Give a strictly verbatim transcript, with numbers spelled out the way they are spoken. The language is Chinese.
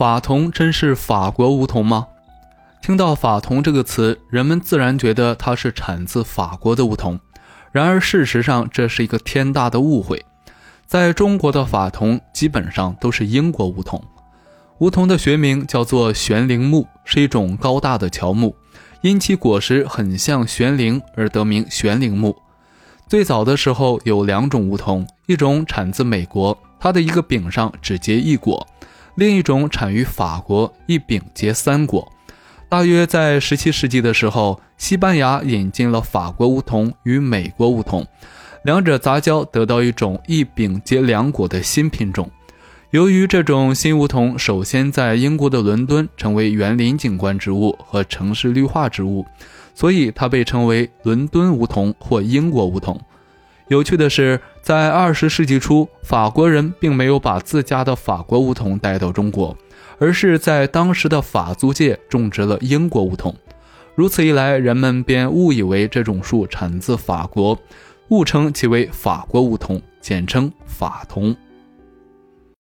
法桐真是法国梧桐吗？听到法桐这个词，人们自然觉得它是产自法国的梧桐，然而事实上这是一个天大的误会。在中国的法桐基本上都是英国梧桐。梧桐的学名叫做悬铃木，是一种高大的乔木，因其果实很像悬铃而得名悬铃木。最早的时候有两种梧桐，一种产自美国，它的一个柄上只结一果，另一种产于法国，一柄结三果。大约在十七世纪的时候，西班牙引进了法国梧桐与美国梧桐，两者杂交得到一种一柄结两果的新品种。由于这种新梧桐首先在英国的伦敦成为园林景观植物和城市绿化植物，所以它被称为伦敦梧桐或英国梧桐。有趣的是，在二十世纪初，法国人并没有把自家的法国梧桐带到中国，而是在当时的法租界种植了英国梧桐。如此一来，人们便误以为这种树产自法国，误称其为法国梧桐，简称法桐。